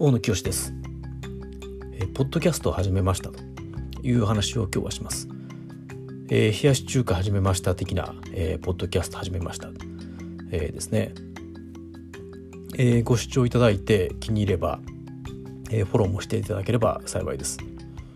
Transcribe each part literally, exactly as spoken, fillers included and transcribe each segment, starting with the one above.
大野清です。えー、ポッドキャストを始めましたという話を今日はします。えー、冷やし中華始めました的な、えー、ポッドキャスト始めました、えー、ですね、えー、ご視聴いただいて気に入れば、えー、フォローもしていただければ幸いです。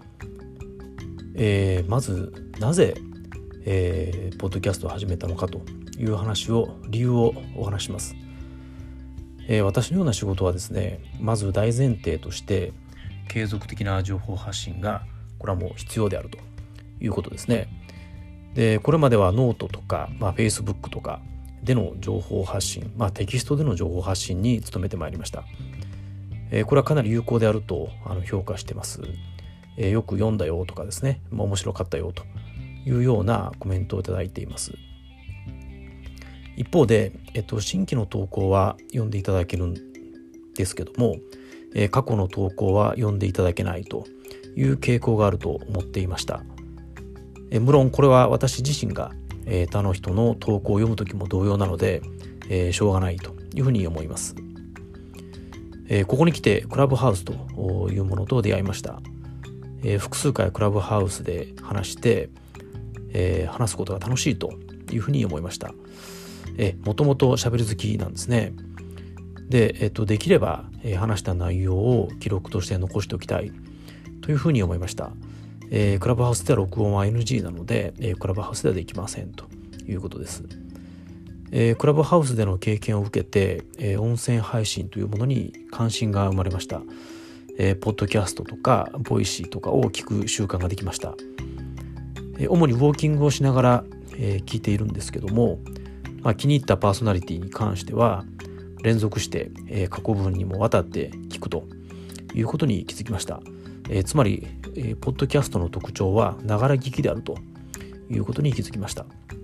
えー、まずなぜ、えー、ポッドキャストを始めたのかという話を理由をお話します。えー、私のような仕事はですね、まず大前提として継続的な情報発信がこれはもう必要であるということですね。で、これまではノートとか、まあ、Facebook とかでの情報発信、まあ、テキストでの情報発信に努めてまいりました。えー、これはかなり有効であるとあの評価してます。えー、よく読んだよとかですね、まあ、面白かったよというようなコメントをいただいています。一方で、えっと、新規の投稿は読んでいただけるんですけども、えー、過去の投稿は読んでいただけないという傾向があると思っていました。えー、無論これは私自身が、えー、他の人の投稿を読むときも同様なので、えー、しょうがないというふうに思います。えー、ここに来てクラブハウスというものと出会いました。えー、複数回クラブハウスで話して、えー、話すことが楽しいというふうに思いました。えもともと喋り好きなんですね。で、えっと、できれば、えー、話した内容を記録として残しておきたいというふうに思いました。えー、クラブハウスでは録音は エヌジー なので、えー、クラブハウスではできませんということです。えー、クラブハウスでの経験を受けて、えー、音声配信というものに関心が生まれました。えー、ポッドキャストとかボイシーとかを聞く習慣ができました。えー、主にウォーキングをしながら、えー、聞いているんですけども、まあ、気に入ったパーソナリティに関しては連続して、えー、過去分にもわたって聞くということに気づきました。えー、つまり、えー、ポッドキャストの特徴はながら聞きであるということに気づきました。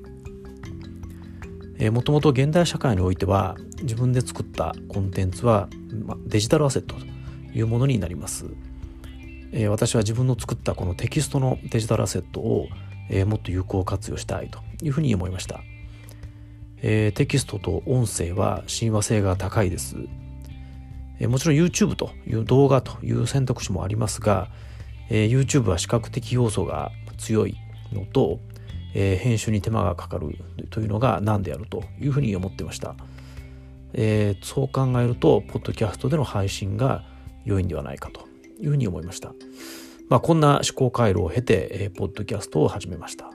えー、もともと現代社会においては自分で作ったコンテンツは、まあ、デジタルアセットというものになります。えー、私は自分の作ったこのテキストのデジタルアセットを、えー、もっと有効活用したいというふうに思いました。えー、テキストと音声は親和性が高いです。えー、もちろん YouTube という動画という選択肢もありますが、えー、YouTube は視覚的要素が強いのと、えー、編集に手間がかかるというのが難であるというふうに思ってました。えー、そう考えるとポッドキャストでの配信が良いんではないかというふうに思いました。まあ、こんな思考回路を経て、えー、ポッドキャストを始めました。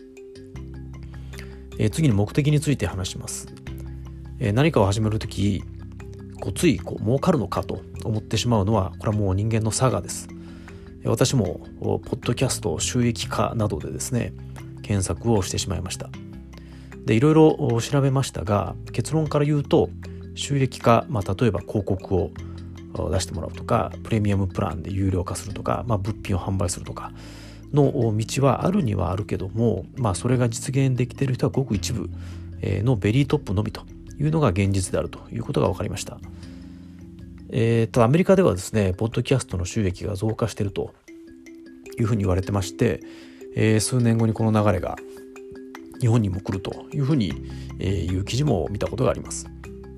えー、次に目的について話します。えー、何かを始めるとき、こうついこう儲かるのかと思ってしまうのは、これはもう人間の差がです。えー、私もポッドキャスト収益化などでですね、検索をしてしまいました。で、いろいろ調べましたが、結論から言うと収益化、まあ、例えば広告を出してもらうとか、プレミアムプランで有料化するとか、まあ、物品を販売するとかの道はあるにはあるけども、まあ、それが実現できている人はごく一部のベリートップのみというのが現実であるということが分かりました。えー、ただアメリカではですね、ポッドキャストの収益が増加しているというふうに言われてまして、えー、数年後にこの流れが日本にも来るというふうに、えー、いう記事も見たことがあります。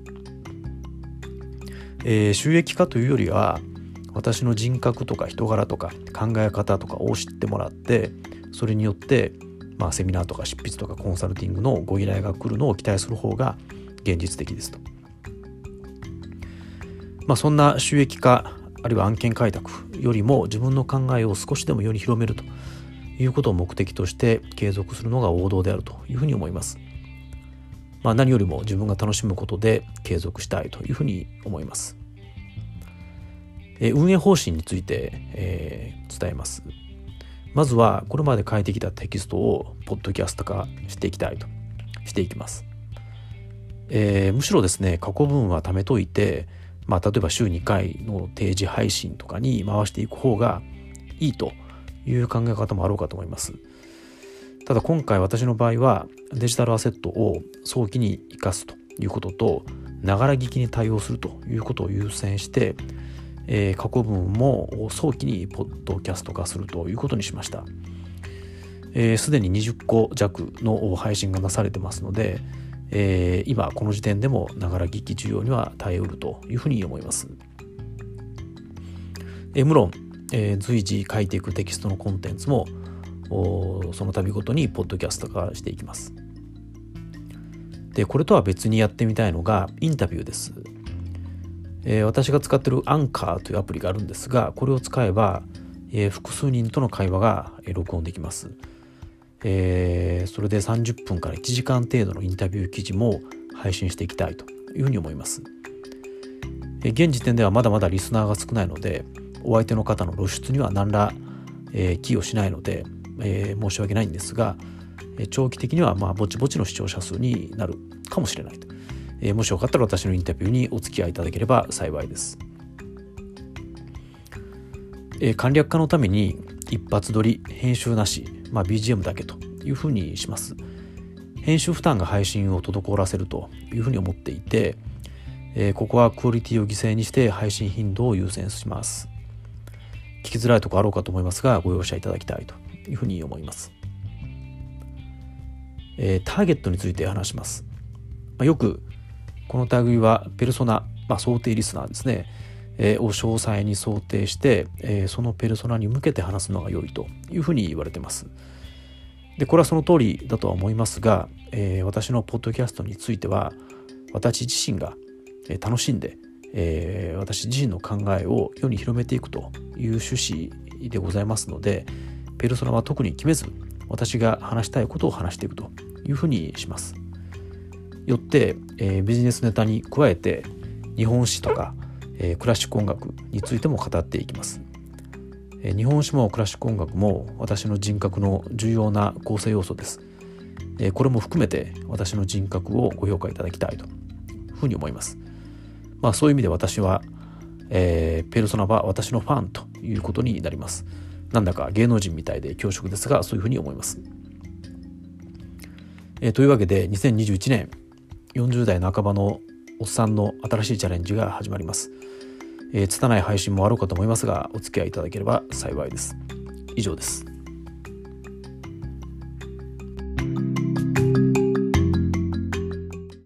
えー、収益化というよりは、私の人格とか人柄とか考え方とかを知ってもらって、それによって、まあ、セミナーとか執筆とかコンサルティングのご依頼が来るのを期待する方が現実的ですと。まあ、そんな収益化あるいは案件開拓よりも自分の考えを少しでも世に広めるということを目的として継続するのが王道であるというふうに思います。まあ、何よりも自分が楽しむことで継続したいというふうに思います。えー、運営方針について、えー、伝えます。まずはこれまで書いてきたテキストをポッドキャスト化していきたいとしていきます。えー、むしろですね、過去分は貯めといて、まあ、例えば週にかいの定時配信とかに回していく方がいいという考え方もあろうかと思います。ただ今回私の場合はデジタルアセットを早期に生かすということと、ながら聞きに対応するということを優先して、えー、過去分も早期にポッドキャスト化するということにしました。えー、すでににじゅっこ弱の配信がなされてますので、えー、今この時点でもながら聞き需要には耐えうるというふうに思います。 え無論、えー、随時書いていくテキストのコンテンツもその度ごとにポッドキャスト化していきます。でこれとは別にやってみたいのがインタビューです。えー、私が使っているアンカーというアプリがあるんですが、これを使えば、えー、複数人との会話が、えー、録音できます。えー、それでさんじゅっぷんからいちじかん程度のインタビュー記事も配信していきたいというふうに思います。えー、現時点ではまだまだリスナーが少ないので、お相手の方の露出には何ら、えー、寄与しないので、えー、申し訳ないんですが、えー、長期的にはまあぼちぼちの視聴者数になるかもしれないと。えー、もしよかったら私のインタビューにお付き合いいただければ幸いです。えー、簡略化のために一発撮り、編集なし、まあ、ビージーエム だけというふうにします。編集負担が配信を滞らせるというふうに思っていて、えー、ここはクオリティを犠牲にして配信頻度を優先します。聞きづらいところあろうかと思いますが、ご容赦いただきたいというふうに思います。えー、ターゲットについて話します。まあ、よくこの類はペルソナ、まあ、想定リスナーですね、えー、を詳細に想定して、えー、そのペルソナに向けて話すのが良いというふうに言われています。でこれはその通りだとは思いますが、えー、私のポッドキャストについては私自身が楽しんで、えー、私自身の考えを世に広めていくという趣旨でございますので、ペルソナは特に決めず私が話したいことを話していくというふうにします。よって、えー、ビジネスネタに加えて日本史とか、えー、クラシック音楽についても語っていきます。えー、日本史もクラシック音楽も私の人格の重要な構成要素です。えー、これも含めて私の人格をご評価いただきたいというふうに思います。まあそういう意味で私は、えー、ペルソナは私のファンということになります。なんだか芸能人みたいで恐縮ですが、そういうふうに思います。えー、というわけでにせんにじゅういちねんよんじゅう代半ばのおっさんの新しいチャレンジが始まります。えー、拙い配信もあろうかと思いますが、お付き合いいただければ幸いです。以上です。